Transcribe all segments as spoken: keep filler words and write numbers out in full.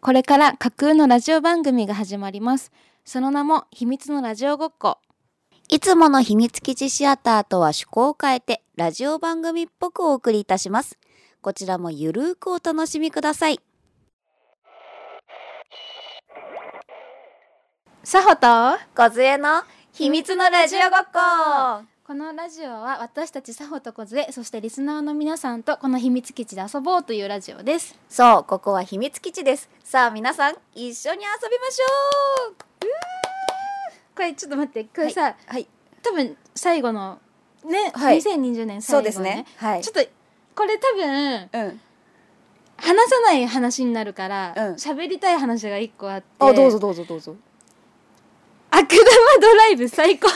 これから架空のラジオ番組が始まります。その名も秘密のラジオごっこ。 いつもの秘密基地シアターとは趣向を変えてラジオ番組っぽくお送りいたします。こちらもゆるーくお楽しみください。 さほとこずえの秘密のラジオごっこ。 このラジオは私たちさほとこずえ、そしてリスナーの皆さんとこの秘密基地で遊ぼうというラジオです。 そう、ここは秘密基地です。さあ皆さん一緒に遊びましょう。 これちょっと待って、これさ、 はいはい、 多分最後のね、 はい、 にせんにじゅうねん最後、ね、 そうですね、はい、 ちょっとこれ多分、うん、話さない話になるから喋、うん、りたい話がいっこあって、 あ、どうぞどうぞどうぞ。 悪玉ドライブ最高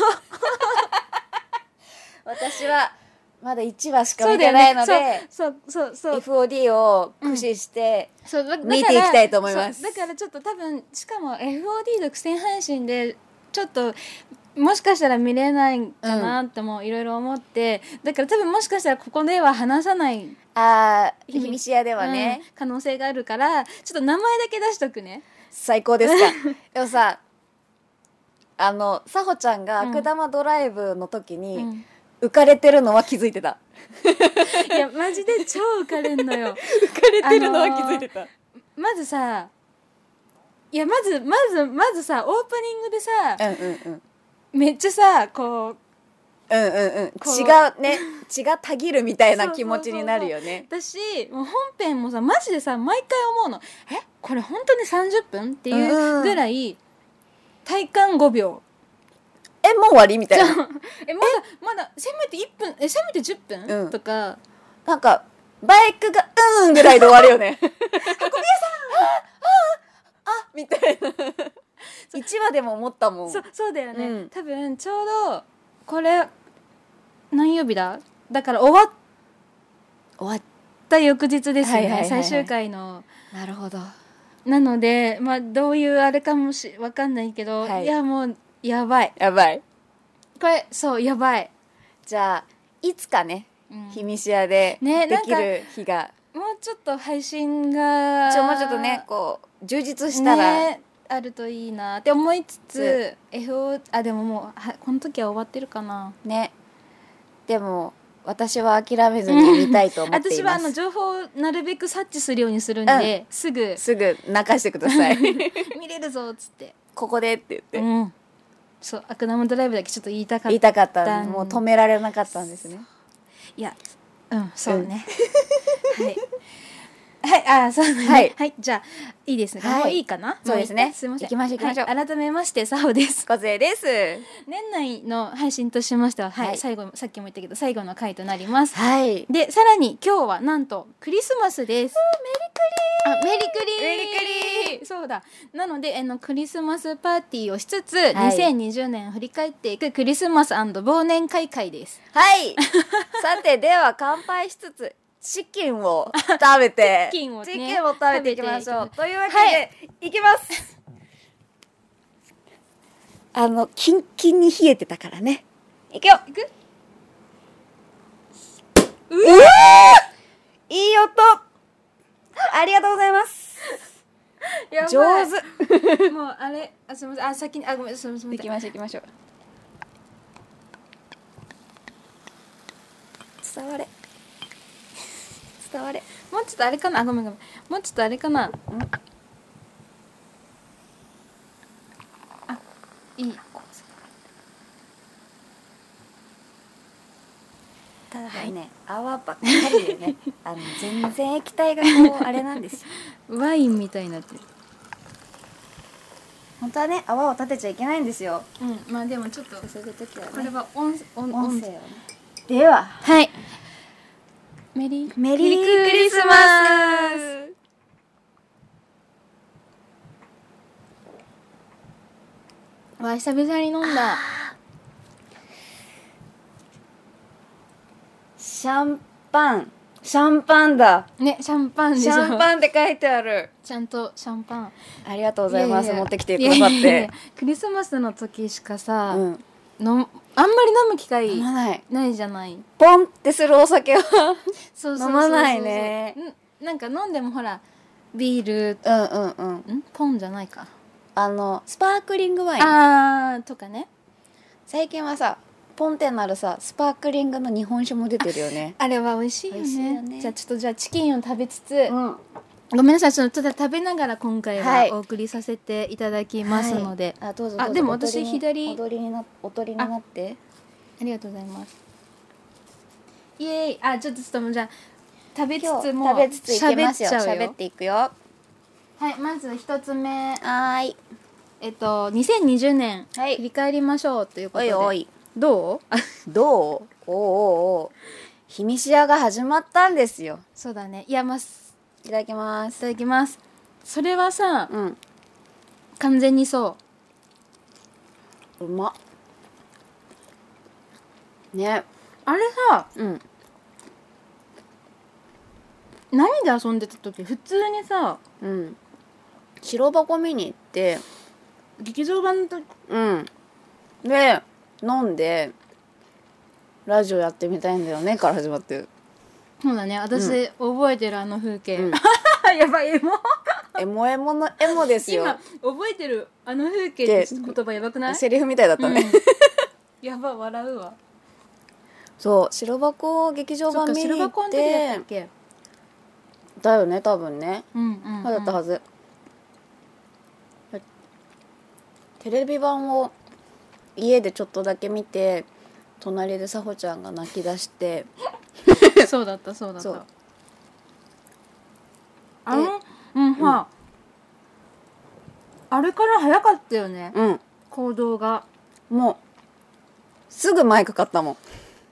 私はまだいちわしか見てないので、 そうそうそう、 エフオーディー を駆使して見ていきたいと思います。 だからちょっと多分しかも エフオーディー の苦戦配信でちょっともしかしたら見れないかなってもいろいろ思って、うん、だから多分もしかしたらここでは話さないあー秘密屋ではね、 うん、可能性があるからちょっと名前だけ出しとくね。 最高ですかでもさ、あのさほちゃんが悪玉ドライブの時に、うんうん、浮かれてるのは気づいてたいやマジで超浮かれんのよ浮かれてるのは気づいてた、あのー、 まずさいやまずまずまずさオープニングでさ、 うんうんうん、 めっちゃさこううんうんうん血がね血がたぎるみたいな気持ちになるよね。 私もう本編もさマジでさ毎回思うの、えこれ本当にさんじゅっぷんっていうぐらい、うん、体感ごびょう、 えもう終わりみたいなえまだまだせめていっぷんえせめてじゅっぷん、うん、とかなんかバイクがうんぐらいで終わるよね運び屋さんあああみたいないちわでも思ったもん。 そ, そうだよね、うん、多分ちょうどこれ何曜日だだから終わっ終わった翌日ですよね、はいはいはいはい、最終回の。 なるほど。 なのでまあどういうあれかもしわかんないけど、はい、いやもうやばいやばいこれそうやばい。 じゃあいつかね、うん、秘密屋でできる日が、ね、 もうちょっと配信がちょもうちょっとねこう充実したら、 ね、あるといいなって思いつつ エフオー あでももうはこの時は終わってるかなね。でも私は諦めずに見たいと思っています。 私はあの情報をなるべく察知するようにするんで、うん、すぐすぐ泣かしてください見れるぞっつってここでって言って、うん、 そう悪玉ドライブだけちょっと言いたかった言いたかったもう止められなかったんですね。 いやうんそうね、うん、はいはい、あ、そうね、 はい、 はい、じゃあいいですね、はい、もういいかな。 そうですね、 すいません、 行きましょう行きましょう、 はい、改めましてさほです。 こずえです。 年内の配信としましては、はいはい、最後さっきも言ったけど最後の回となります。 はい。 でさらに今日はなんとクリスマスです。 メリクリー。 あ、メリクリー。 メリクリー。 そうだ。なのであのクリスマスパーティーをしつつ、はい、にせんにじゅうねんを振り返っていくクリスマス&忘年会会です。 はい。さてでは乾杯しつつ。チキンを食べてチキンを、ね、 チキンを食べていきましょうというわけで、はい、いきますあのキンキンに冷えてたからね。いくよ。いくうわーいい音ありがとうございますや上手もうあれあすみませんあ先にあごめんすみません行きましょう行きましょう伝われ伝われ。 もうちょっとあれかなあごめんごめんもうちょっとあれかなあいいただね、はい、泡ばっかりでねあの全然液体がこうあれなんですよワインみたいになってる。 本当はね泡を立てちゃいけないんですよ。 うんまあでもちょっとそういう時は、ね、 これは音音音声をね。でははいメリーメリークリスマス。 わ久々に飲んだ。 シャンパンシャンパンだねシャンパンでしょ。 シャンパンって書いてある。 ちゃんとシャンパンありがとうございます。いやいや持ってきてくださって。いやいやいやクリスマスの時しかさ、うん、のあんまり飲む機会ないじゃない。 ポンってするお酒はそうそうそうそう飲まないね。 なんか飲んでもほらビールうんうんうんんポンじゃないかあのスパークリングワインあーとかね。 最近はさポンってなるさスパークリングの日本酒も出てるよね。 あれは美味しいよね。 美味しいよね。 じゃあちょっとじゃあチキンを食べつつ、 うんごめんなさい、ちょっとただ食べながら今回ははいお送りさせていただきますので、 はい、あどうぞどうぞ。 あでも私踊りに左踊りにな踊りになってありがとうございます。イエーイ。あちょっとちょっともうじゃあ食べつ今日つも食べつついきますよ。 喋っちゃうよ喋っていくよ。ははい、まず一つ目、 ーい。 えっとにせんにじゅうねん、 はい振り返りましょうということで。 おいおい。 どう？ どう？おうおうおう。ひみしやが始まったんですよ。 そうだね。いやまあいいただきます。 ただきます。それはさ、 うん。 完全にそうまっ。ね。 あれさ、 うん。 何で遊んでた時普通にさうん。白箱見に行って劇場版の時うんで飲んでラジオやってみたいんだよねから始まってる。 そうだね私、覚えてるあの風景、 うんやばいエモエモエモのエモですよ。 今覚えてるあの風景って言葉やばくない？ セリフみたいだったね、 うん、やば笑うわ。 そう白箱劇場そっか版見に行っ白箱の時だったてっけ？ だよね多分ね、 うんうん、うん、 そうだったはず。テレビ版を家でちょっとだけ見て隣でさほちゃんが泣き出してそうだったそうだっそうたあのうんまあ、あれから早かったよね、 うん行動が。 もうすぐ前かかったも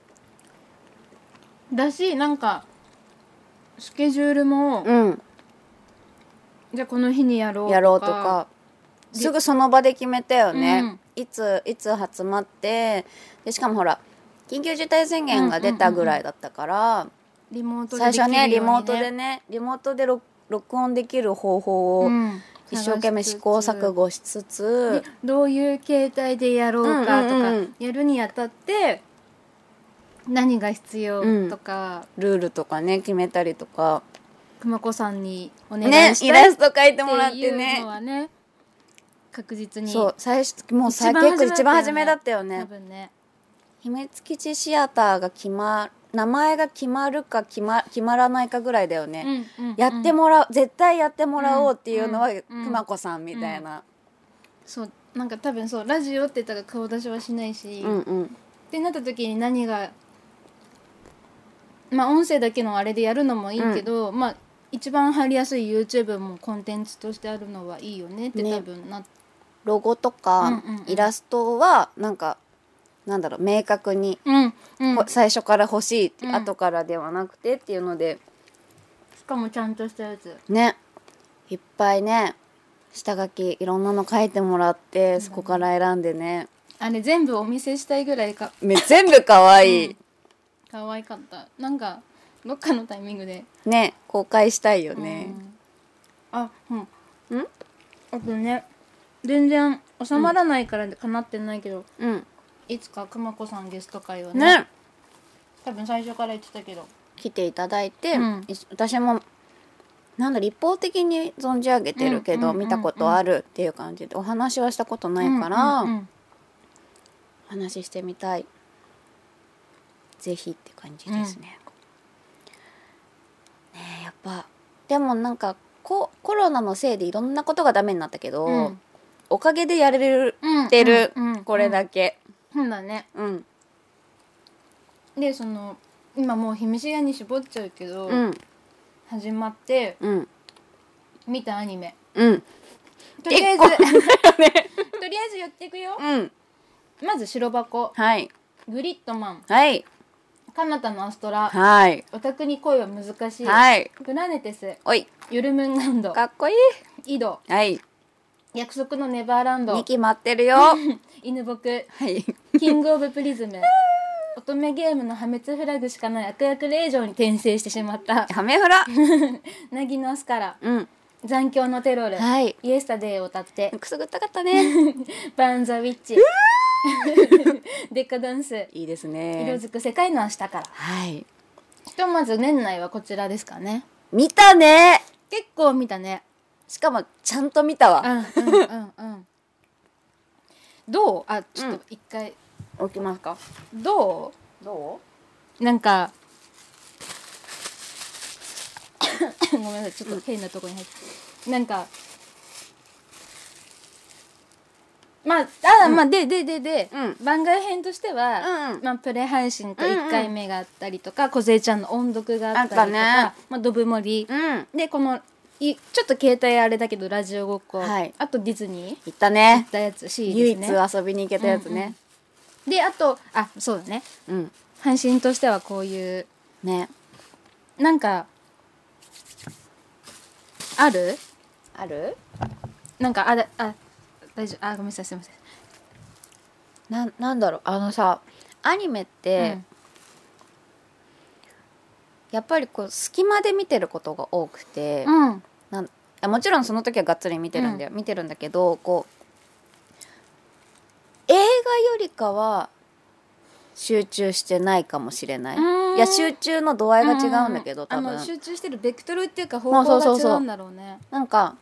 ん。 だしなんかスケジュールも、 うんじゃあこの日にやろうとかやろうとかすぐその場で決めたよね、 うんいついつ集まってでしかもほら緊急事態宣言が出たぐらいだったから、 リモートで最できるように、ね、 初ねリモートでねリモートで録録音できる方法をうん一生懸命試行錯誤しつつ、 でどういう形態でやろうかとか、 うんうんうんやるにあたって何が必要とか、 ルールとかね決めたりとか熊子さんにお願ねいしたいっイラスト描いてもらってていうねのはね確実にそう最初もうさ一番結構一番初めだったよ多ね。 分ね秘密基地シアターが決ま名前が決まるか決ま決まらないかぐらいだよね、 うんうんうんやってもらう絶対やってもらおうっていうのは、 うんうん熊子さんみたいな、 そうなんか多分そうラジオって言ったら顔出しはしないし、 うんうんってなった時に何がまあ音声だけのあれでやるのもいいけど、まあ一番入りやすい YouTube もコンテンツとしてあるのはいいよねってね多分なって、 ロゴとか、 うんうんうんイラストはなんかなんだろう明確に、 うんうんこ最初から欲しいって、 うん後からではなくてっていうのでしかもちゃんとしたやつねいっぱいね下書きいろんなの書いてもらってそこから選んでね、 あれ全部お見せしたいぐらいかめ全部かわいい、 うん可愛かった。なんかどっかのタイミングでね公開したいよね、 うん、あうんんあとね全然収まらないからかなってないけど、 うんいつか熊子さんゲスト会をねね多分最初から言ってたけど来ていただいて、 うんい私もなんだ一方的に存じ上げてるけど、 うんうんうんうん見たことあるっていう感じでお話はしたことないから、 うんうんうんお話ししてみたいぜひって感じですね、ねえやっぱでもなんかココロナのせいでいろんなことがダメになったけど、 うんおかげでやれうんてる、 うんうんこれだけそうだね。 うんでその今もうひみしやに絞っちゃうけど、 うん始まってうん見たアニメうんとりあえず、 結構とりあえずやっていくよ。 うんまず白箱、 はいグリッドマン、 はいカナタのアストラ、 はいオタクに恋は難しい、 はいプラネテス、 おいヨルムンランド、 かっこいい井戸、 はい約束のネバーランドにき待ってるよは犬僕、 いキングオブプリズム乙女ゲームの破滅フラグしかない悪役令嬢に転生してしまったハメフラナギのアスカラ、 うん残響のテロル、 はいイエスタデーを歌ってくすぐったかったねバーンザウィッチデカダンス、 いいです色ねづく世界の明日から。 はいひとまず年内はこちらですかね。 見たね結構見たね。 しかもちゃんと見たわ。 うんうんうんうんどうあちょっと一回、 起きますか？ どどうなんかごめんなさいちょっと変なとこに入って、なんかまああ、うん、まあでででで、うん、番外編としては、うんうん、まあ、プレ配信といっかいめがあったりとか、こぜちゃんの音読があったりとか、ね、まあ、ドブ森、うん、でこのいちょっと携帯あれだけどラジオごっこ、はい、あとディズニー行ったね。 行ったやつ C ですね。 唯一遊びに行けたやつね、うんうん、であとあそうだね、うん、配信としてはこういうね、 なんかあるあるなんかあだあ大丈夫あごめんなさいすいません。 ななんだろうあのさアニメって、うん、やっぱりこう隙間で見てることが多くて、うん、なんもちろんその時はがっつり見てるんだよ、うん、見てるんだけどこう映画よりかは集中してないかもしれない。いや集中の度合いが違うんだけど、うん、多分あの集中してるベクトルっていうか方向が違うんだろうね。そうそうそうなんか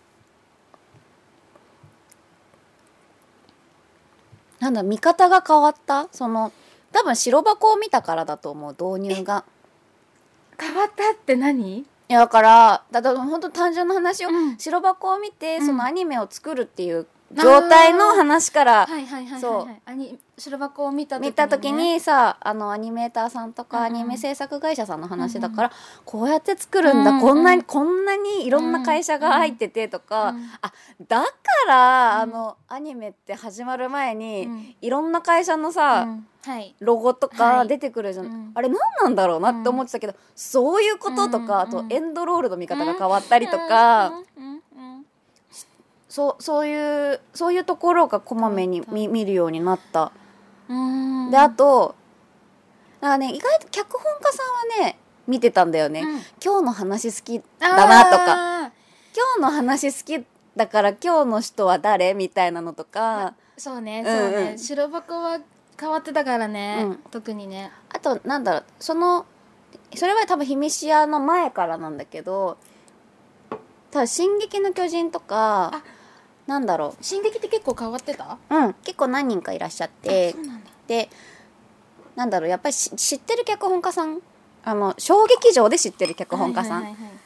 なんだ見方が変わった。その多分白箱を見たからだと思う導入が変わったって何？ いやだからだから本当単純な話を、うん、白箱を見て、うん、そのアニメを作るっていう状態の話から白箱を見た時に、 ね、見た時にさあのアニメーターさんとか、うん、アニメ制作会社さんの話だから、うん、こうやって作るんだ、うん、こんなに、うん、こんなにいろんな会社が入っててとか、うん、あだから、うん、あのアニメって始まる前に、うん、いろんな会社のさ、うんはい、ロゴとか出てくるじゃん、はい、あれ何なんだろうなって思ってたけど、うん、そういうこととか、うん、あとエンドロールの見方が変わったりとか、うんうんうんそう、そういうそういうところがこまめに 見, 見るようになった。うんであとだからね意外と脚本家さんはね見てたんだよね、うん、今日の話好きだなとか今日の話好きだから今日の人は誰みたいなのとかそうねそうね、うんうん、白箱は変わってたからね、うん、特にね。 あとなんだろうそのそれは多分ひみしやの前からなんだけど多分進撃の巨人とかなんだろう進撃って結構変わってた？ うん結構何人かいらっしゃってそうなんだ。でなんだろうやっぱり知ってる脚本家さんあの小劇場で知ってる脚本家さん、はいはいはいはい、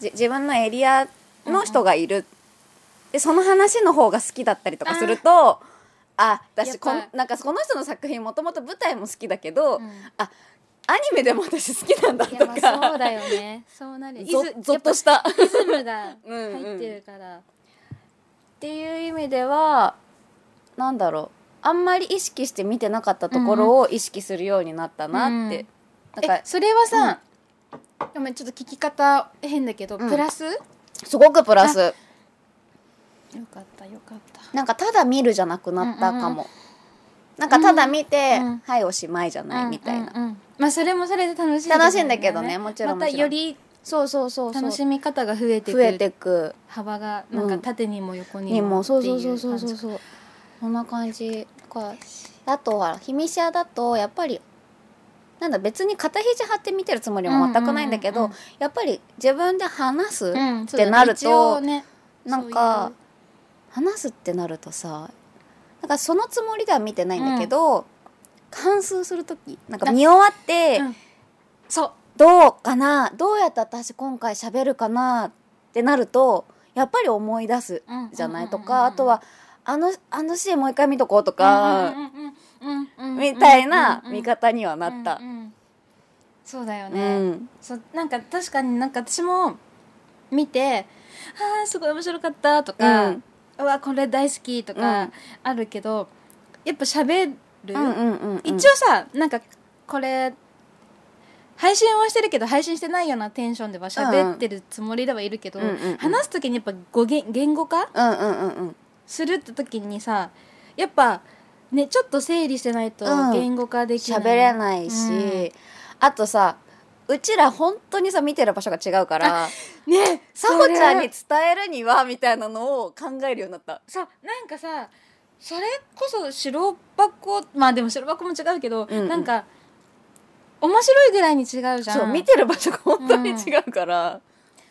自分のエリアの人がいる、うんうん、でその話の方が好きだったりとかするとあ私こんなんかこの人の作品もともと舞台も好きだけど、うん、あアニメでも私好きなんだとか。いやまあそうだよねそうなるゾゾッとしたリズムが入ってるからうん、うんっていう意味ではなんだろうあんまり意識して見てなかったところを意識するようになったなって、うん、なんかえそれはさ、うん、ちょっと聞き方変だけど、うん、プラスすごくプラスよかったよかったなんかただ見るじゃなくなったかも、うんうん、なんかただ見て、うん、はいおしまいじゃない、うん、みたいな、 うんうん、まあそれもそれで楽しい、 ね、楽しいんだけどねもちろんまたよりそうそうそうそう楽しみ方が増えていく増えていく幅がなんか縦にも横にも、 うん、にもそうそうそうそうそうそうそんな感じか。あとはひみしやだとやっぱりなんだ別に肩肘張って見てるつもりも全くないんだけど、うんうんうん、やっぱり自分で話すってなると、うんね、なんか話すってなるとさなんかそのつもりでは見てないんだけど、うん、反芻するときなんか見終わって、うん、 そうどうかなどうやって私今回喋るかなってなるとやっぱり思い出すじゃない、うん、とかあとはあのあのシーンもう一回見とこうとかみたいな見方にはなった、うんうん、 そうだよね、うん、そなんか確かになんか私も見てあーすごい面白かったとか、うん、うわこれ大好きとかあるけど、やっぱ喋る、うんうんうんうん、一応さなんかこれ配信はしてるけど配信してないようなテンションでは喋ってるつもりではいるけど、うんうん、話す時にやっぱ語言言語化、うんうんうんうん、するって時にさやっぱねちょっと整理してないと言語化できない、 喋、うん、れないし、うん、あとさうちら本当にさ見てる場所が違うからねさほちゃんに伝えるにはみたいなのを考えるようになった。 そうなんかさそれこそ白箱まあでも白箱も違うけど、うんうん、なんか面白いぐらいに違うじゃん。 そう見てる場所が本当に違うから、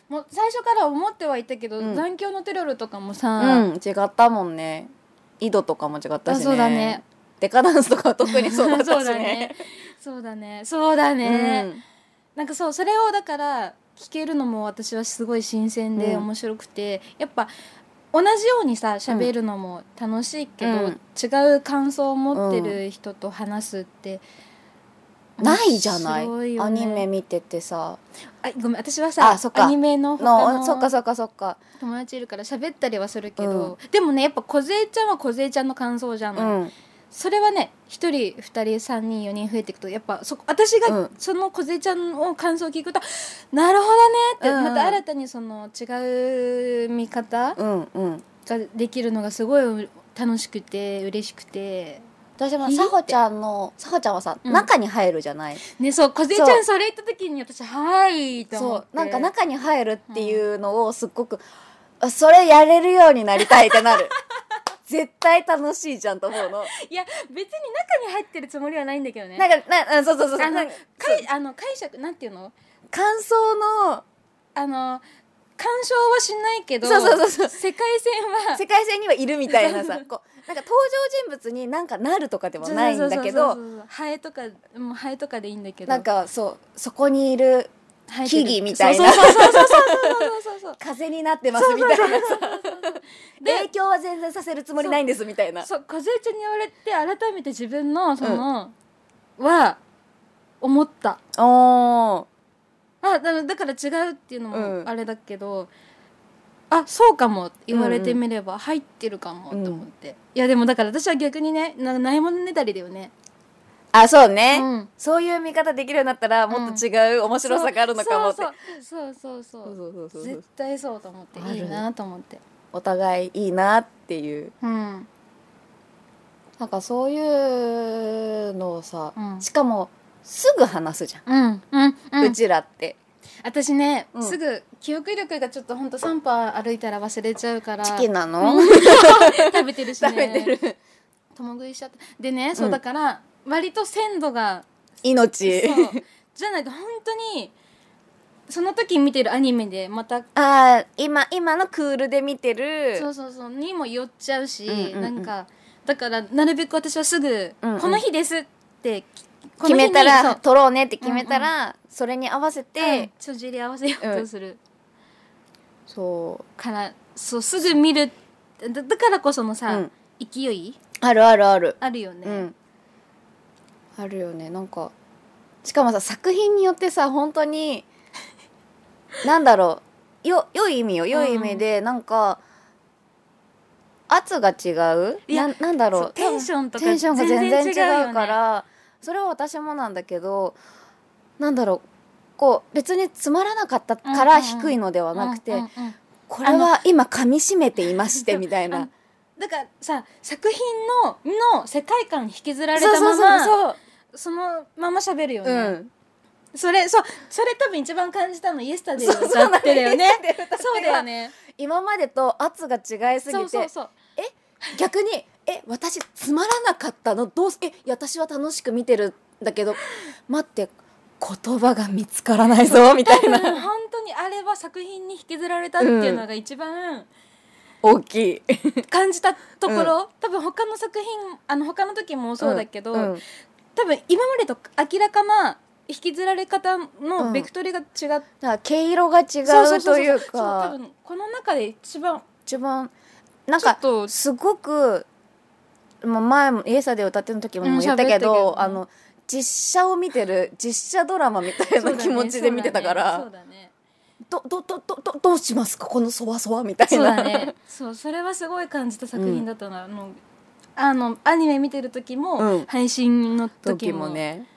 もう最初から思ってはいたけど、 うん残響のテロルとかもさ、 うん違ったもんね。井戸とかも違ったしね。 あそうだね。 デカダンスとかは特にそうだったしね。 そうだねそうだねそうだね、 うんなんかそうそれをだから聞けるのも私はすごい新鮮でうん面白くて、やっぱ同じようにさ喋るのも楽しいけど、 うん違う感想を持ってる人と話すって、 ないじゃない、 面白いよね。 アニメ見ててさあごめん私はさあそっかアニメの他ののそっかそっかそっか友達いるから喋ったりはするけど、でもねやっぱ梢ちゃんは梢ちゃんの感想じゃん、 うんそれはねひとりふたりさんにんよにん増えていくとやっぱそ私がうんその梢ちゃんの感想を聞くと、なるほどねって、 うんまた新たにその違う見方うんうんができるのがすごい楽しくて嬉しくて私もいいってさほちゃんのさほちゃんはさ、 うん中に入るじゃない。 ねそう梢ちゃんそれ言った時に私はいと思ってそうなんか中に入るっていうのをすっごく、あそれやれるようになりたいってなる絶対楽しいじゃんと思うの。 いや別に中に入ってるつもりはないんだけどね。 なんかなそうそうそうそうあのなんかかいあの解釈なんていうの感想のあの干渉はしないけどそうそうそうそう世界線は世界線にはいるみたいなさこうなんか登場人物になんかなるとかでもないんだけどそうそうそうそうハエとかもうハエとかでいいんだけどなんかそうそこにいる生えてる木々みたいなそうそうそうそうそうそうそうそう風になってますみたいなさで影響は全然させるつもりないんですみたいな。 そう梢ちゃんに言われて改めて自分のその、は思ったおーあだだから違うっていうのうんもあれだけど、あそうかもって言われてみれば入ってるかもと思って、いやでもだから私は逆にねなないものねだりだよね。 あそうね、 うんそういう見方できるようになったらもっと違う面白さがあるのかもって、 そうそうそうそうそうそうそうそうそう絶対そうと思っていいなと思ってお互いいいなっていう、 うんなんかそういうのをさ、 うんしかもすぐ話すじゃん、 うんうんううんちらって私ね、 うんすぐ記憶力がちょっとほんとさん歩歩いたら忘れちゃうからチキンなの、 食べてるしね食べてる共食いしちゃったでね、そうだから割と鮮度が命そうじゃないと本当にその時見てるアニメでまたあー今今のクールで見てるそうそうそうにも寄っちゃうし、 うんうんうんなんかだからなるべく私はすぐ、 うんうんこの日ですって決めたこの日にら撮ろうねって決めたら、それに合わせそう、うんて、 帳尻合わせようとするそうから、そうすぐ見るだだからこそのさ、 うん勢いあるあるあるあるよね、 うんあるよね。なんかしかもさ作品によってさ本当になんだろうよ良い意味よ良い意味で、なんか圧が違ういやななんだろそううテンションとかテンションが全然全然違うよね違うからそれは私もなんだけどなんだろうこう別につまらなかったから低いのではなくて、 うんうんうんこれは今噛み締めていましてみたいなだからさ作品のの世界観に引きずられたそうそうままそうそのまま喋るよそう、 ね、 うん、 それそうそれ多分一番感じたのイエスタデイをそうそう歌ってだよねイエスタデイ歌ってそうだよね今までと圧が違いすぎてそうそうそう逆にえ私つまらなかったのどうすえいや私は楽しく見てるんだけど待って言葉が見つからないぞみたいな本当にあれは作品に引きずられたっていうのが一番大きい感じたところ、うん、多分他の作品あの他の時もそうだけど、 うんうん、 多分今までと明らかな引きずられ方のベクトルが違った、うん、だから毛色が違うというか多分この中で一番一番なんかすごく前もイエサで歌ってる時も言ったけど、うん、あの実写を見てる実写ドラマみたいな気持ちで見てたからそうだねどどどどどどうしますかこのそわそわみたいなそうだねそうそれはすごい感じた作品だったな、うん、あのあのアニメ見てる時も、うん、配信の時も、 時もね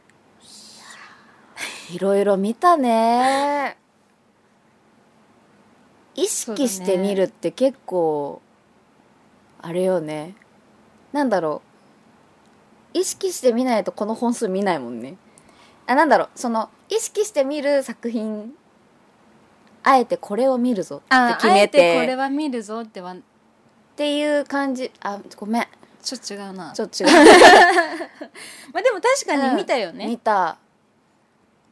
いろいろ見たね意識して見るって結構あれよねなんだろう意識して見ないとこの本数見ないもんねあなんだろうその意識して見る作品あえてこれを見るぞって決めてあえてこれは見るぞってはっていう感じあごめんちょっと違うなちょっと違うまあでも確かに見たよね、 うん、見た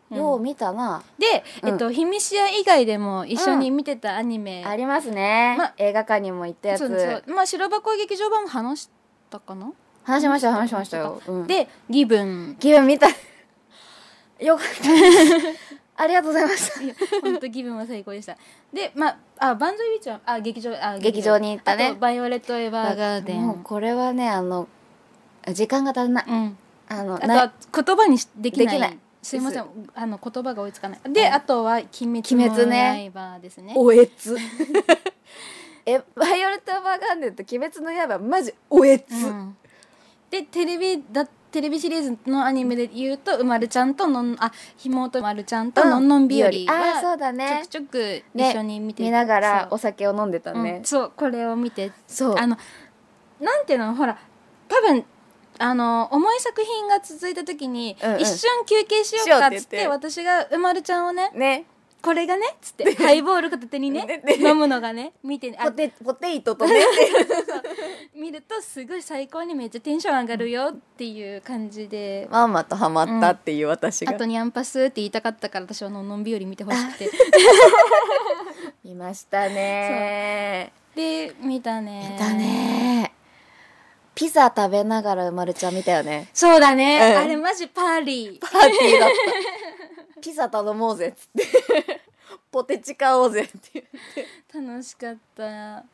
よう見たな。 で、えっと、ヒミシア以外でも一緒に見てたアニメ、 ありますね、 ま映画館にも行ったやつ。 そうそう、まあ、白箱劇場版も話したかな。 話しました話しましたよ、うん、 でギブンギブン見たよかったありがとうございます本当気分は最高でした。で、まあ、あバンズ・ウィッチはあ劇場あ劇場に行ったね。 あとバイオレット・エヴァーガーデン。 もうこれはね、あの時間が足んない、うん、あのあと言葉にできない、 できないすいません、あの言葉が追いつかないで、うん、あとは「鬼滅の刃」ですね。 おえつえバイオレット・エヴァーガーデンと「鬼滅の刃」マジおえつ、うん、 でテレビだテレビシリーズのアニメで言うと「うまるちゃんとのんあ妹まるちゃんとのんのん日和」は、 あそうだね、 ちょくちょく一緒に見て、 ね、見ながらお酒を飲んでたね、 うん、そうこれを見て、 そうあのなんていうの、ほら多分あの重い作品が続いた時に、うんうん、一瞬休憩しようかっつって、私がうまるちゃんをねねこれがねっつってハイボール片手にね飲むのがね見てポテポテイトとね見るとすごい最高にめっちゃテンション上がるよっていう感じで、 まんまとハマったっていう私が、 うん、あとニャンパスって言いたかったから私はのんのん日和見てほしくて見ましたね。 で見たね見たね。ピザ食べながらうまるちゃん見たよね。 そうだね、うん、あれマジパーリーパーティーだったピザ頼もうぜっつってポテチ買おうぜって言って楽しかった。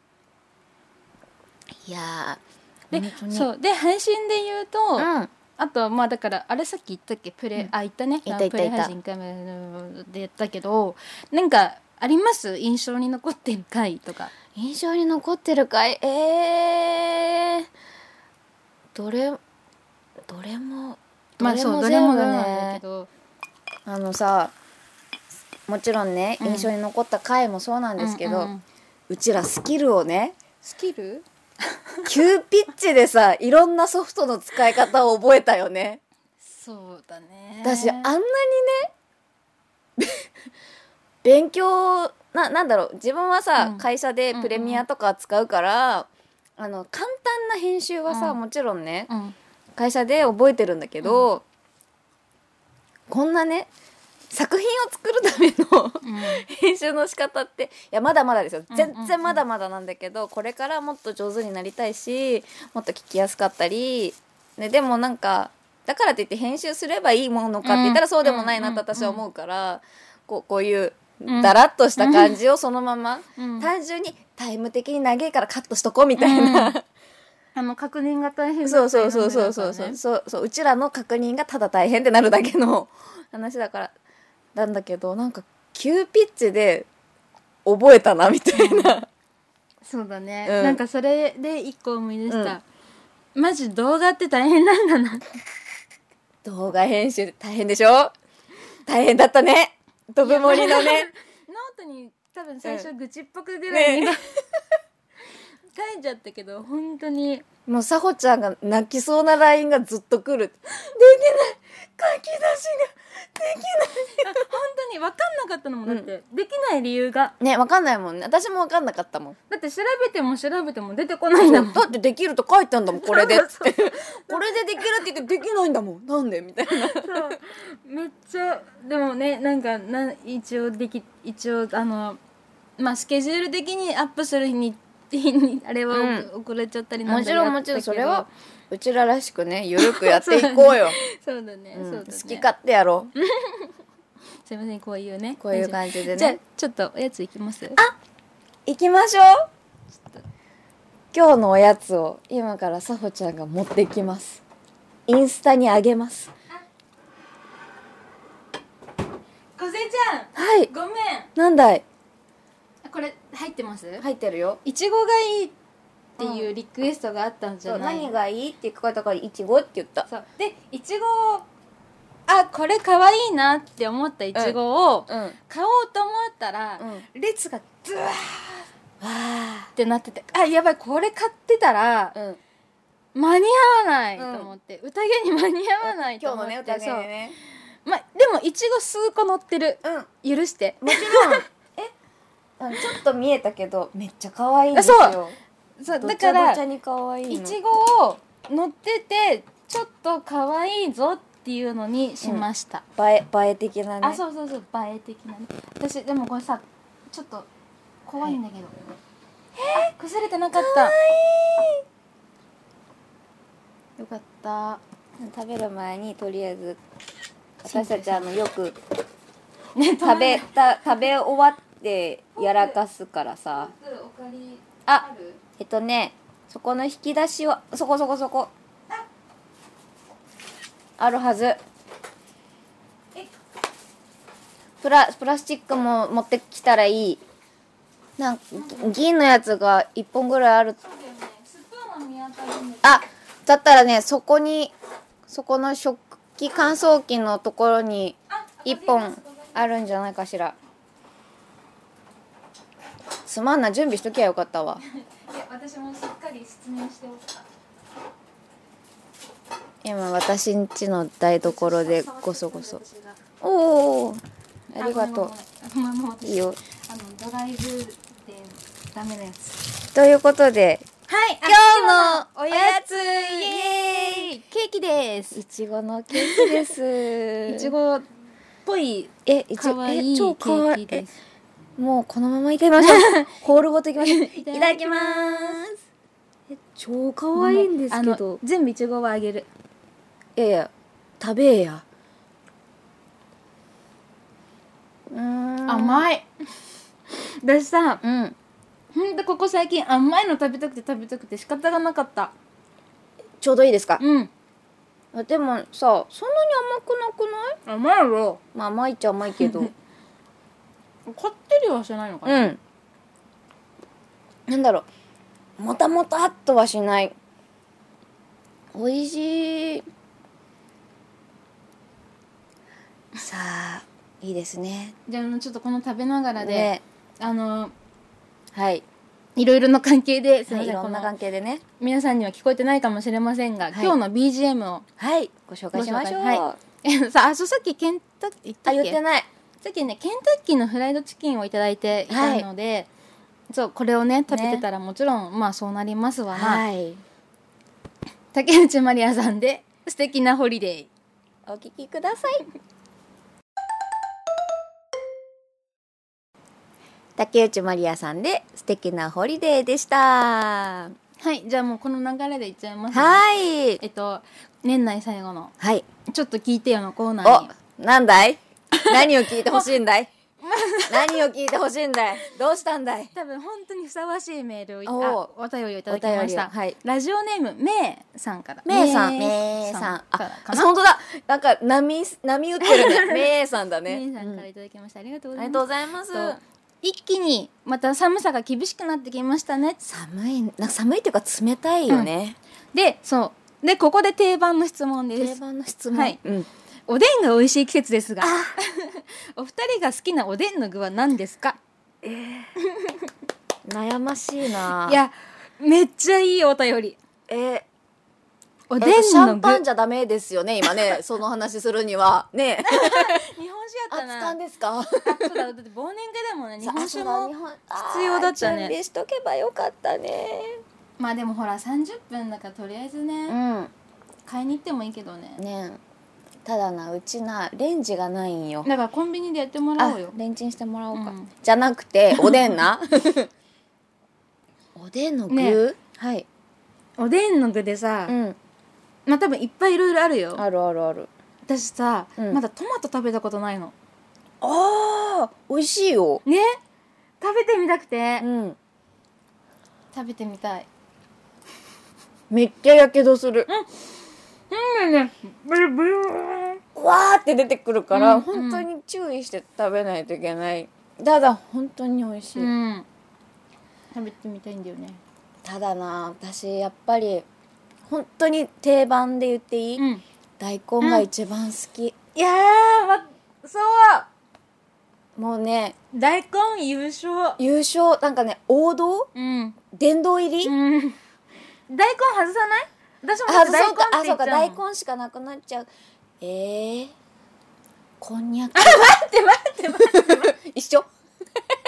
いやでそうで配信で言うと、うん、あとはまあだからあれさっき言ったっけプレ、うん、あ言ったね言った言った言ったプレ配信会でやったけど、なんかあります印象に残ってる回とか。 印象に残ってる回えーどれどれもどれも全部ね、 あのさもちろんね、うん、印象に残った回もそうなんですけど、うんうん、うちらスキルをねスキル急ピッチでさいろんなソフトの使い方を覚えたよね。 そうだね。 私あんなにね勉強な、なんだろう自分はさ、うん、会社でプレミアとか使うから、うんうん、あの簡単な編集はさ、うん、もちろんね、うん、会社で覚えてるんだけど、うん、こんなね作品を作るための、うん、編集の仕方っていやまだまだですよ、全然まだまだなんだけど、これからもっと上手になりたいしもっと聞きやすかったり、ね、でもなんかだからといって編集すればいいものかって言ったらそうでもないなと私は思うから、こう、こういうだらっとした感じをそのまま、うん、単純にタイム的に長いからカットしとこうみたいな、うん、 あの確認が大変だそうそうそうそうそうそうそうそううちらの確認がただ大変ってなるだけの話だからなんだけど、なんか急ピッチで覚えたなみたいな、うん、 そうだね、うん、なんかそれで一個思い出した、うん、マジ動画って大変なんだな動画編集大変でしょ。大変だったね飛ぶ森のねノートに多分最初愚痴っぽくぐらいに、ね、書いちゃったけど本当にもうさほちゃんが泣きそうなラインがずっと来る。できない書き出しができない本当に分かんなかったのもん、だって、うん、できない理由がね分かんないもんね。私も分かんなかったもん。 だって調べても調べても出てこないんだもん。 だってできると書いたんだもんこれでってこれでできるって言ってできないんだもんなんでみたいなそうめっちゃでもねなんかな一応でき一応あのまあスケジュール的にアップする日にあれは、うん、遅れちゃったりなんだりもちろんもちろんそれはうちららしくねゆるくやっていこうよそうだね、うん、そうだね好き勝手やろうすいませんこういうねこういう感じでね。 じゃあちょっとおやついきます。 あ行きましょう。今日のおやつを今からさほちゃんが持ってきます。インスタにあげます。 小瀬ちゃんはいごめんなんだいこれ入ってます？ 入ってるよ。 いちごがいいっていうリクエストがあったんじゃない？ そう何がいいって聞かれたからいちごって言った。 そうでいちごあこれかわいいなって思ったいちごを買おうと思ったら、うん、列がズワーってなっててあやばいこれ買ってたら、うん、間に合わないと思って、うん、宴に間に合わないと思って、 今日のね宴にねまでもいちご数個乗ってる、うん、許してもちろんちょっと見えたけどめっちゃ可愛いんですよ。 そうそうだからどちゃどちゃに可愛いのいちごを乗っててちょっと可愛いぞっっていうのにしました、 うん、映え映え的なね。 あ、そうそうそう、映え的なね。私でもこれさちょっと怖いんだけど、はい、あ、崩れてなかった。よかった。 食べる前にとりあえず私たちあのよくね、 食べた食べ終わってやらかすからさ。あ、えっとね、そこの引き出しはそこそこそこあるはず。プラプラスチックも持ってきたらいい。なんか銀のやつがいっぽんぐらいある。あ、だったらね、そこにそこの食器乾燥機のところにいっぽんあるんじゃないかしら。すまんな、準備しときゃよかったわ。 いや、私もしっかり説明しておった。 今私ん家の台所でゴソゴソ。おお、ありがとう。いいよ。 あのドライブでダメなやつ。 ということで、 はい、 今日のおやつ、イエーイ、ケーキです。 いちごのケーキです。 いちごっぽいえ、 かわいいケーキです。 もうこのままいきましょう。ホールごといきましょう。いただきます。え、超かわいいんですけど。 全部いちごはあげる。 いやいや、食べえや。うーん、 甘い。私さ、 うん、 ほんとここ最近甘いの食べたくて食べたくて仕方がなかった。 ちょうどいいですか。 うん。 あ、でもさ、そんなに甘くなくない？ 甘いよ。 まあ甘いっちゃ甘いけど。 こってりはしないのかな。 うん。なんだろう、もたもたっとはしない。おいしい。さあ、いいですね。 じゃあちょっとこの食べながらで、ね、あのはい、 いろいろな関係で、すみません、 いろんな関係でね、 皆さんには聞こえてないかもしれませんが、はい、今日の ビージーエム をはいご紹介しましょう。 はい、さあ、そう、さっきケンタッキー言ったっけ？ あ、言ってない。 さっきねケンタッキーのフライドチキンをいただいていたので、はい、そう、これをね食べてたらもちろん、ね、まあそうなりますわな。はい、竹内まりやさんで素敵なホリデー、 お聞きください。竹内まりやさんで素敵なホリデーでした。 はい、じゃあもうこの流れでいっちゃいますね。 はい、 えっと年内最後の、 はい、 ちょっと聞いてよのコーナーに。 お、なんだい？何を聞いてほしいんだい？何を聞いてほしいんだい？どうしたんだい？ 多分本当にふさわしいメールを、あ、お便りをいただきました。はい、ラジオネームめいさんから。 めいさん、めいさん、あ、本当だ。なんか波波打ってるね。めいさんだね。 めいさんからいただきました。ありがとうございます。 ありがとうございます。 一気にまた寒さが厳しくなってきましたね。 寒い、なんか寒いっていうか冷たいよね。 うん、で、そうでここで定番の質問です。 定番の質問。 はい。うん、おでんが美味しい季節ですが、お二人が好きなおでんの具は何ですか？ えー、悩ましいな。 いや、めっちゃいいお便り。 えー、 おでんの具、えー、 シャンパンじゃダメですよね今ね。その話するにはね。 日本酒やったな。 あったんですか？ あ、そうだ。だって忘年会でもね、日本酒も必要だったね。 準備しとけばよかったね。 まあでもほらさんじゅっぷんだからとりあえずね、うん、買いに行ってもいいけどね。 ね、ただな、うちなレンジがないんよ。 だからコンビニでやってもらおうよ。 レンチンしてもらおうか。うん、じゃなくておでんな。おでんの具、ね、はい。 おでんの具でさ、うん、まあ多分いっぱいいろいろあるよ。 あるあるある。 私さ、うん、まだトマト食べたことないの。 あー、美味しいよね。食べてみたくて、うん、食べてみたい。 めっちゃやけどする。 うん、うんね、ブルブルわーって出てくるから、うん、本当に注意して食べないといけない。ただ本当に美味しい、うん、 食べてみたいんだよね。 ただな、私やっぱり本当に定番で言っていい、うん、大根が一番好き、うん、いやー、ま、そうもうね、 大根優勝優勝。なんかね、王道、うん、殿堂入り、うん、 大根外さない？私も大根って言っちゃうの。あ、そうか、大根しかなくなっちゃう。えー、こんにゃく。 あ、待って待って待って待って一緒。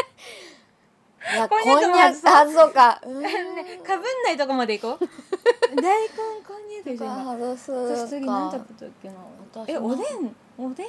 いや、こんにゃく、あ、そうか、うん、 ね、かぶんないとこまで行こう。 大根こんにゃくでしょ今。 外す私次何食べたっけな。えおでんおでん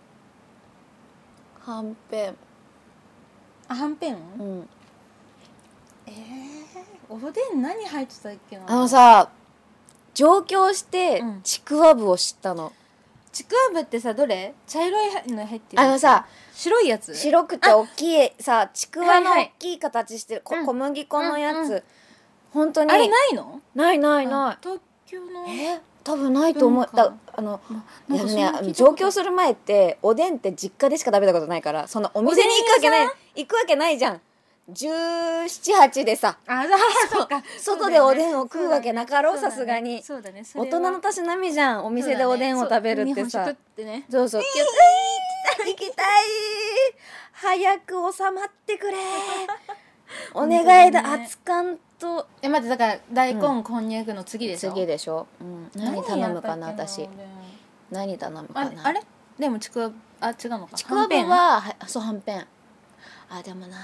はんぺん。 あはんぺん、 うん、 えー、おでん何入ってたっけな。 あのさ上京してうんちくわぶを知ったの。 ちくわぶってさどれ茶色いの入ってる。 あのさ白いやつ。 白くて大きいさちくわのはいはい大きい形してる、こうん小麦粉のやつ、 うんうん本当にあれないの。 ないないないあ東京のえー多分ないと思う。 文化だあのいやなんかそんな聞いたことね上京する前っておでんって実家でしか食べたことないから、そのお店に行くわけないおでん屋行くわけないじゃん。じゅうなな、はちでさあそうか外でおでんを食うわけなかろう、 そうだねさすがに。 そうだね大人のたしなみじゃん、お店でおでんを食べるってさ。 そうだねそう日本食ってね。 そうそう、行きたい早く収まってくれお願いだ、 本当にね熱燗と。 え待ってだから大根、こんにゃくの次でしょ。 次でしょ、うん、何頼むかな私。何頼むかな。 ああれでもちくわあ違うのか。 ちくわぶははそうはんぺん。あでもな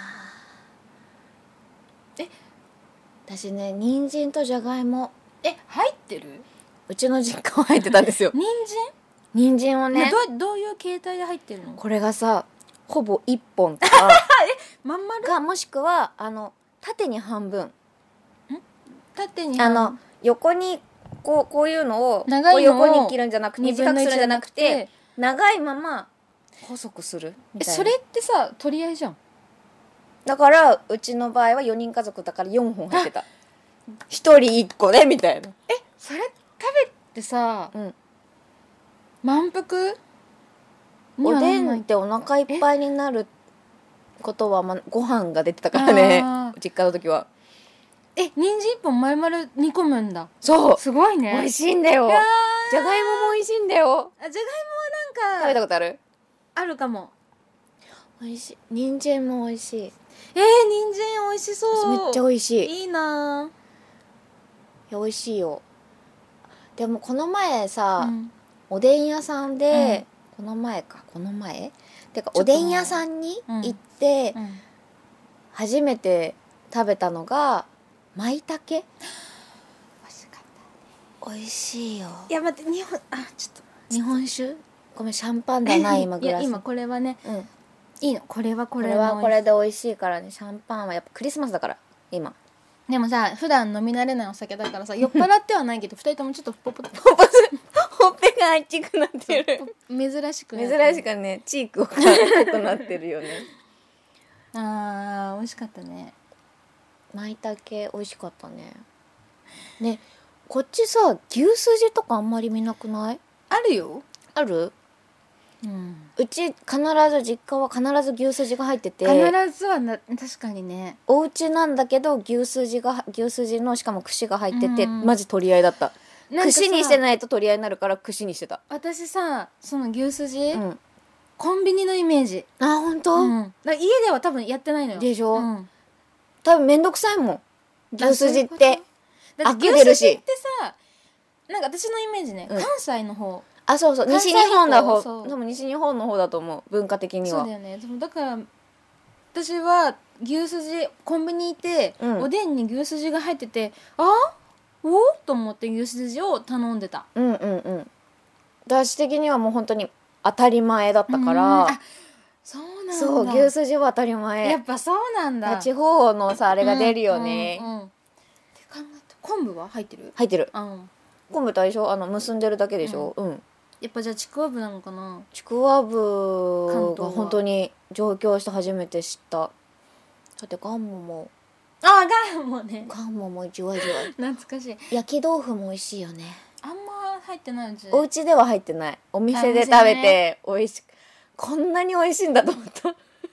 え私ね人参とじゃがいも、 え入ってる。 うちの実家は入ってたんですよ人人参をね参ねどうどういう形態で入ってるの。 これがさほぼいっぽんとかまん丸かもしくはあの縦に半分、 縦にあの横にこうこういうのを長いのをこう横に切るんじゃなくて短くするんじゃなくてにぶんのいち長いまま細くするみたいな。 えそれってさ取り合いじゃん。 だからうちの場合はよにん家族だからよんほん入ってたひとりいっこねみたいな。 えそれ食べてさうん満腹におはならないでんってお腹いっぱいになることは、ま、ご飯が出てたからねあー実家の時は。 え人参一本丸々煮込むんだ。 そうすごいね。 美味しいんだよ。 いやじゃがいもも美味しいんだよ。 あじゃがいもはなん食べたかことある？ あるかも。 美味しい。人参も美味しい。 えー、人参美味しそう。 めっちゃ美味しい。いいいなや美味しいよ。でもこの前さ、 ぁ、うんおでん屋さんで、この前かこの前てかちょっとおでん屋さんに行って、 うん、 初めて食べたのが舞茸。 美味しかった。 美味しいよ。 いや待って日本あちょっと日本酒ごめんシャンパンだな今グラス。 いや今これはねうんいいのこれはここれれはこれで美味しいからね。シャンパンはやっぱクリスマスだから今。 でもさ普段飲み慣れないお酒だからさ酔っ払ってはないけどふたりともちょっとポッポッほっぺが大きくなってる。 珍しく珍なってしくねチークが濃くなってるよね。 あー美味しかったね。 舞茸美味しかったね。ねこっちさ牛すじとかあんまり見なくない？ あるよ。 ある？ うんうち必ず実家は必ず牛すじが入ってて、 必ずはな確かにね。 お家なんだけど牛すじが牛すじのしかも串が入ってて、 うんマジ取り合いだった。 なんかさ串にしてないと取り合いになるから串にしてた。 私さその牛すじ、 うん。 コンビニのイメージ。 あ本当？ うん、だから家では多分やってないのよ。 でしょうん、 多分めんどくさいもん牛すじっあそういうて。 だってアク出るし牛すじってさなんか私のイメージね、 うん関西の方あそうそう関西西日本だ方以降そう多分西日本の方だと思う文化的には。 そうだよね。でもだから私は牛すじコンビニ行って、 うんおでんに牛すじが入っててあおと思って牛すじを頼んでた。 うんうんうん私的にはもう本当に当たり前だったかうんら。 あそうなんだ。 そう牛すじは当たり前。 やっぱそうなんだ。 地方のさあれが出るよね、 うんうんうんって考えた昆布は入ってる？ 入ってる。 うん昆布と相性あの結んでるだけでしょ。うん、 やっぱじゃあちくわぶなのかな。 ちくわ関ぶ東はが本当に上京して初めて知った。だってガンモもあガンもねガンモもじわじわ懐かしい。 焼き豆腐も美味しいよね。 あんま入ってないうち。 お家では入ってない。お店で食べて美味しく、こんなに美味しいんだと思った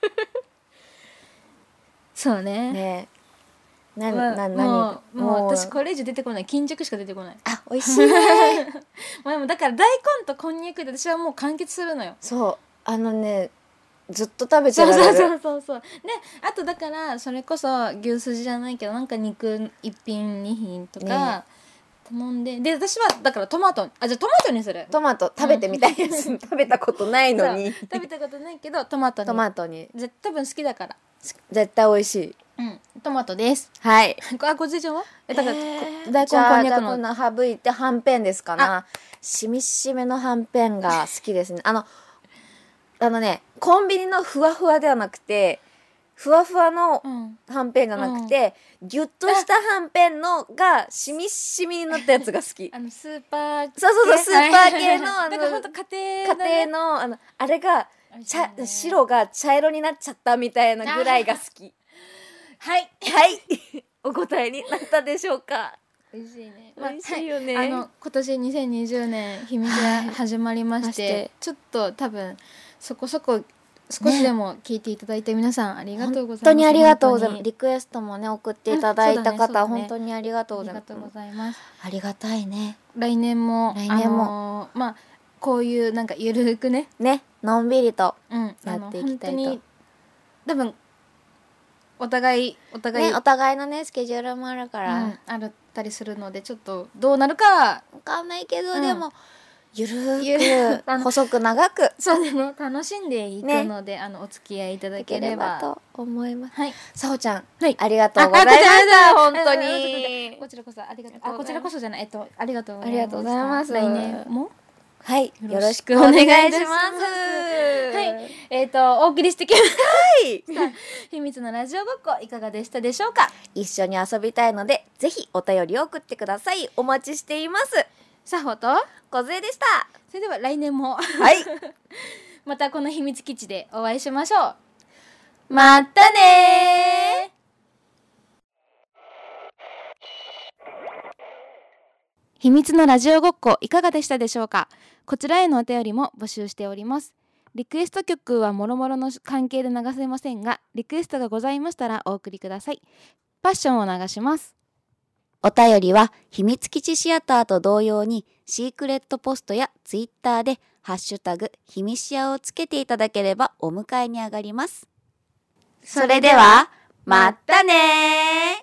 そうね。 ねえなまあな何もうもう私これ以上出てこない。巾着しか出てこない。 あ美味しいねまあでもだから大根とこんにゃくで私はもう完結するのよ。 そうあのねずっと食べてそうられる。 そうそうそうそう。であとだからそれこそ牛すじじゃないけどなんか肉一品二品とか頼んで、で私はだからトマトあじゃあトマトにする。 トマト食べてみたいです、うん、食べたことないのにそう食べたことないけどトマトに。 トマトにぜ多分好きだから。 絶対美味しい。 うん、トマトです。 はい。 あ、こっちちゃんは？え、だから、 えー、 大根こんにゃくの。 じゃあ省いてはんぺんですかな。しみしみのはんぺんが好きですね。あの、あのね、コンビニのふわふわではなくて、ふわふわのはんぺんがなくて、うん、ギュッとしたはんぺんのがしみしみになったやつが好き。 あのスーパー系、 そうそうそう、スーパー系のあの、 だからほんと家庭、 ね、家庭のあのあれが茶、ね、白が茶色になっちゃったみたいなぐらいが好き。はいはいお答えになったでしょうか。 美味しいね。 美味しいよね。 はい、あの今年にせんにじゅうねん秘密が始まりまして、はい、ちょっと多分そこそこ少しでも聞いていただいて皆さんありがとうございます。 本当にありがとうございます。リクエストもね送っていただいた方、ねね、本当にありがとうございます。 ありがとうございます。 ありがたいね。 来年も来年も、あのー、まあこういうなんかゆるくねねのんびりとやっていきたいと、うん、 本当に多分お互いお互い、 ね、お互いのねスケジュールもあるから、うん、 あったりするのでちょっとどうなるか分かんないけど、うん、でもゆるーく細く長くそうですね楽しんでいくので、ね、あのお付き合いいただければと思います。 はい、 さほちゃん、はい、ありがとうございました本当に。 こちらこそありがとう。あこちらこそじゃないえっとありがとうありがとうございます。 来年もはいよろしくお願いします。 はいえっ、ー、とお送りしてきました。はい秘密のラジオごっこいかがでしたでしょうか。 一緒に遊びたいのでぜひお便りを送ってください。お待ちしています。 さほとこずえでした。 それでは来年もはいまたこの秘密基地でお会いしましょう。またねー。秘密のラジオごっこいかがでしたでしょうか。こちらへのお便りも募集しております。リクエスト曲はもろもろの関係で流せませんが、リクエストがございましたらお送りください。パッションを流します。 お便りは秘密基地シアターと同様にシークレットポストやツイッターでハッシュタグ秘密シアをつけていただければお迎えに上がります。それではまたねー。